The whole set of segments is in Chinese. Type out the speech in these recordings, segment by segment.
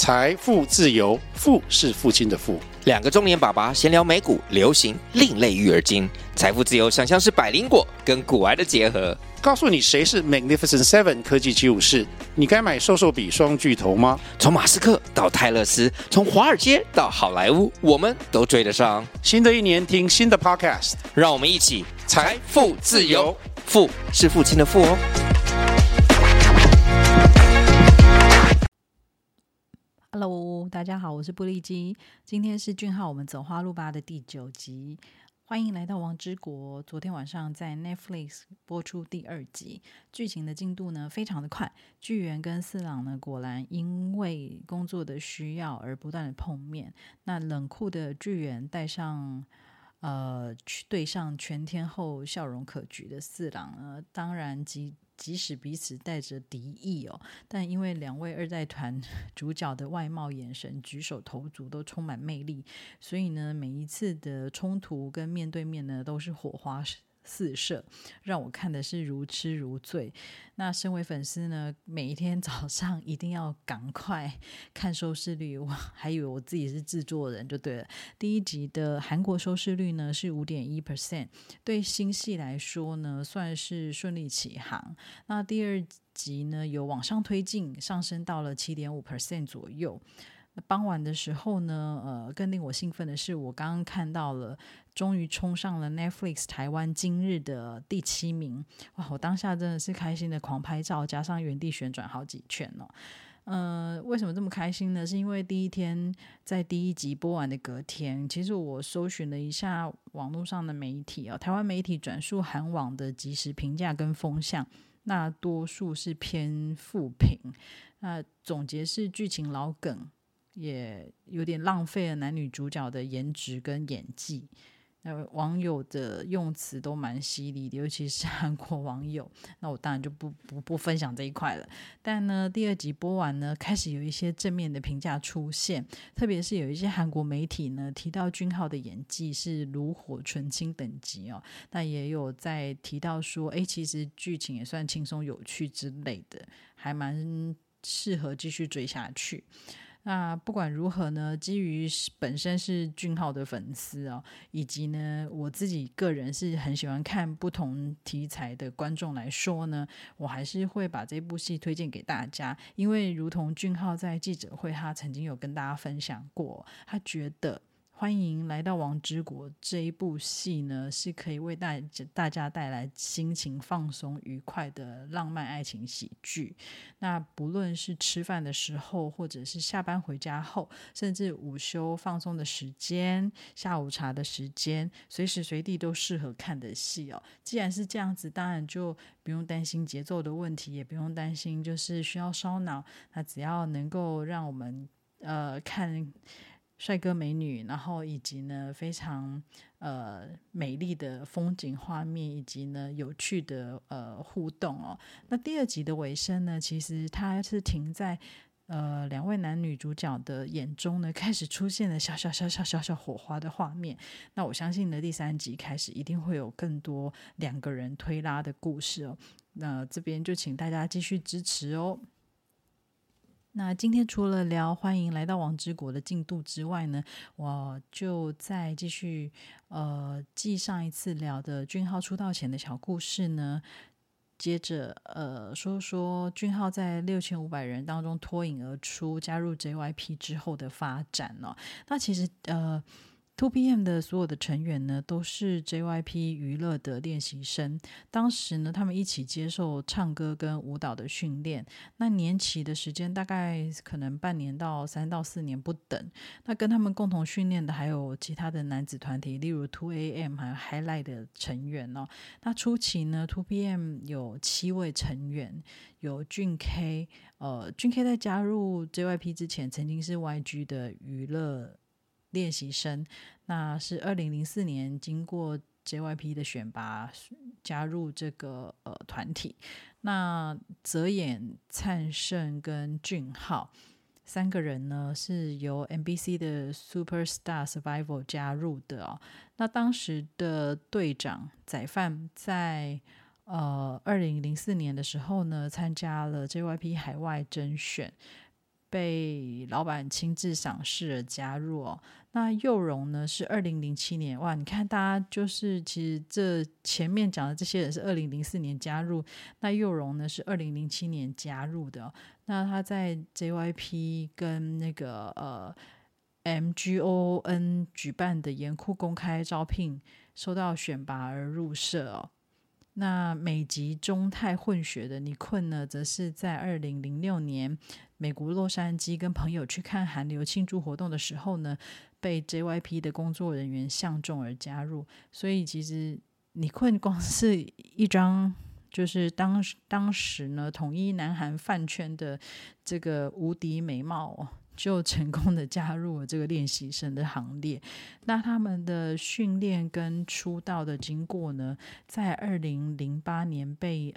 财富自由，富是父亲的富。 两个中年爸爸闲聊美股、流行、另类育儿经，财富自由想象是百灵果跟股癌的结合。 告诉你谁是 Magnificent Seven 科技754，你该买瘦瘦比双巨头吗？ 从马斯克到泰勒斯，从华尔街到好莱坞，我们都追得上。 新的一年听新的 Podcast， 让我们一起财富自由， 富是父亲的富哦。 Hello， 大家好，我是布利基。今天是俊浩我们走花路吧的第9集，欢迎来到王之国。昨天晚上在 Netflix 播出第2集，剧情的进度呢非常的快。巨源跟四郎呢果然因为工作的需要而不断的碰面。那冷酷的巨源对上全天候笑容可掬的四郎呢，当然即使彼此带着敌意但因为两位二代团主角的外貌、眼神、举手投足都充满魅力，所以呢，每一次的冲突跟面对面呢，都是火花四射，让我看的是如痴如醉。那身为粉丝呢，每一天早上一定要赶快看收视率，我还以为我自己是制作人就对了。第1集的韩国收视率呢是 5.1%， 对新戏来说呢算是顺利起航。那第2集呢有往上推进，上升到了 7.5% 左右。傍晚的时候呢，更令我兴奋的是，我刚刚看到了，终于冲上了 Netflix 台湾今日的第7名。哇！我当下真的是开心的狂拍照，加上原地旋转好几圈为什么这么开心呢？是因为第一天在第1集播完的隔天，其实我搜寻了一下网络上的媒体台湾媒体转述韩网的即时评价跟风向，那多数是偏负评。那总结是剧情老梗，也有点浪费了男女主角的颜值跟演技。网友的用词都蛮犀利的，尤其是韩国网友。那我当然就不分享这一块了。但呢，第2集播完呢，开始有一些正面的评价出现，特别是有一些韩国媒体呢提到俊浩的演技是炉火纯青等级那也有在提到说，其实剧情也算轻松有趣之类的，还蛮适合继续追下去。那不管如何呢，基于本身是俊浩的粉丝以及呢我自己个人是很喜欢看不同题材的观众来说呢，我还是会把这部戏推荐给大家。因为如同俊浩在记者会他曾经有跟大家分享过，他觉得欢迎来到王之国这一部戏呢，是可以为大家带来心情放松愉快的浪漫爱情喜剧。那不论是吃饭的时候，或者是下班回家后，甚至午休放松的时间、下午茶的时间，随时随地都适合看的戏既然是这样子，当然就不用担心节奏的问题，也不用担心就是需要烧脑。那只要能够让我们看帅哥美女，然后以及呢非常美丽的风景画面，以及呢有趣的互动那第2集的尾声呢，其实它是停在两位男女主角的眼中呢，开始出现了小火花的画面。那我相信呢，第3集开始一定会有更多2个人推拉的故事那这边就请大家继续支持那今天除了聊欢迎来到王之国的进度之外呢，我就再继续继上一次聊的俊浩出道前的小故事呢，接着说说俊浩在6500人当中脱颖而出加入 JYP 之后的发展那其实2PM 的所有的成员呢，都是 JYP 娱乐的练习生。当时呢，他们一起接受唱歌跟舞蹈的训练。那年期的时间大概可能半年到3到4年不等。那跟他们共同训练的还有其他的男子团体，例如 2AM 还有 Highlight 的成员那初期呢 2PM 有7位成员，有俊 K。俊 K 在加入 JYP 之前，曾经是 YG 的娱乐练习生，那是2004年经过 JYP 的选拔加入这个团体。那泽演、灿盛跟俊浩3个人呢是由 MBC 的 Superstar Survival 加入的那当时的队长宰范在2004年的时候呢参加了 JYP 海外甄选， 被老板亲自赏识而加入哦。那佑荣呢是2007年，哇，你看大家就是其实这前面讲的这些人是2004年加入，那佑荣呢是2007年加入的哦。那他在 JYP 跟那个MGON 举办的严酷公开招聘受到选拔而入社哦。那美籍中泰混血的尼坤呢，则是在2006年美国洛杉矶跟朋友去看韩流庆祝活动的时候呢，被 JYP 的工作人员相中而加入。所以其实尼坤光是一张就是当时呢统一南韩饭圈的这个无敌美貌哦，就成功的加入了这个练习生的行列。那他们的训练跟出道的经过呢，在2008年被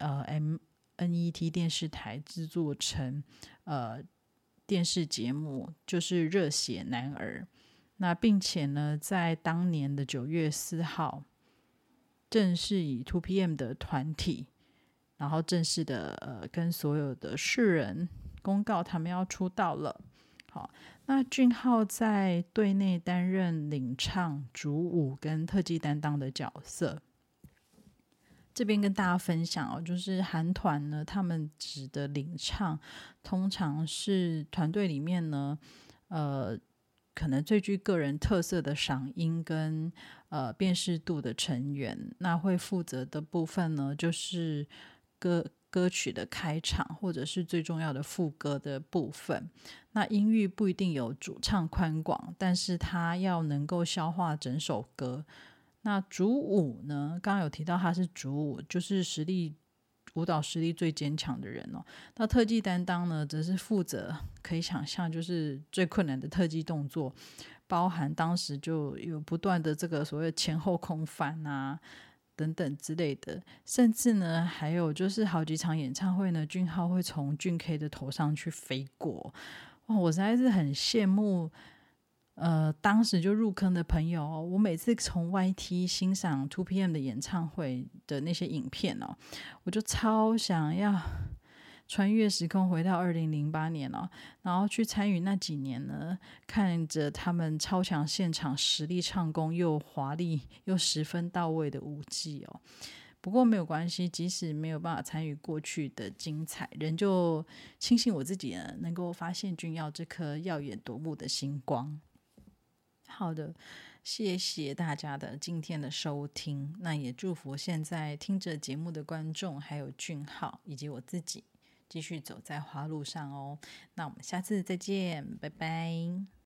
NET 电视台制作成电视节目，就是热血男儿。那并且呢，在当年的9月4号，正式以 2PM 的团体，然后正式的跟所有的世人公告他们要出道了。好，那俊浩在队内担任领唱、主舞跟特技担当的角色。这边跟大家分享哦，就是韩团呢，他们指的领唱，通常是团队里面呢，可能最具个人特色的嗓音跟辨识度的成员。那会负责的部分呢，就是歌曲的开场，或者是最重要的副歌的部分。那音域不一定有主唱宽广，但是他要能够消化整首歌。那主舞呢，刚刚有提到他是主舞，就是舞蹈实力最坚强的人哦。那特技担当呢，则是负责可以想象就是最困难的特技动作，包含当时就有不断的这个所谓前后空翻啊等等之类的，甚至呢还有就是好几场演唱会呢，俊浩会从俊 K 的头上去飞过。哇，我实在是很羡慕当时就入坑的朋友哦。我每次从 YT 欣赏 2PM 的演唱会的那些影片哦，我就超想要穿越时空回到2008年哦，然后去参与那几年呢，看着他们超强现场实力唱功又华丽又十分到位的舞技哦。不过没有关系，即使没有办法参与过去的精彩，仍旧庆幸我自己呢能够发现俊耀这颗耀眼夺目的星光。好的，谢谢大家的今天的收听，那也祝福现在听着节目的观众，还有俊浩以及我自己继续走在花路上哦。那我们下次再见，拜拜。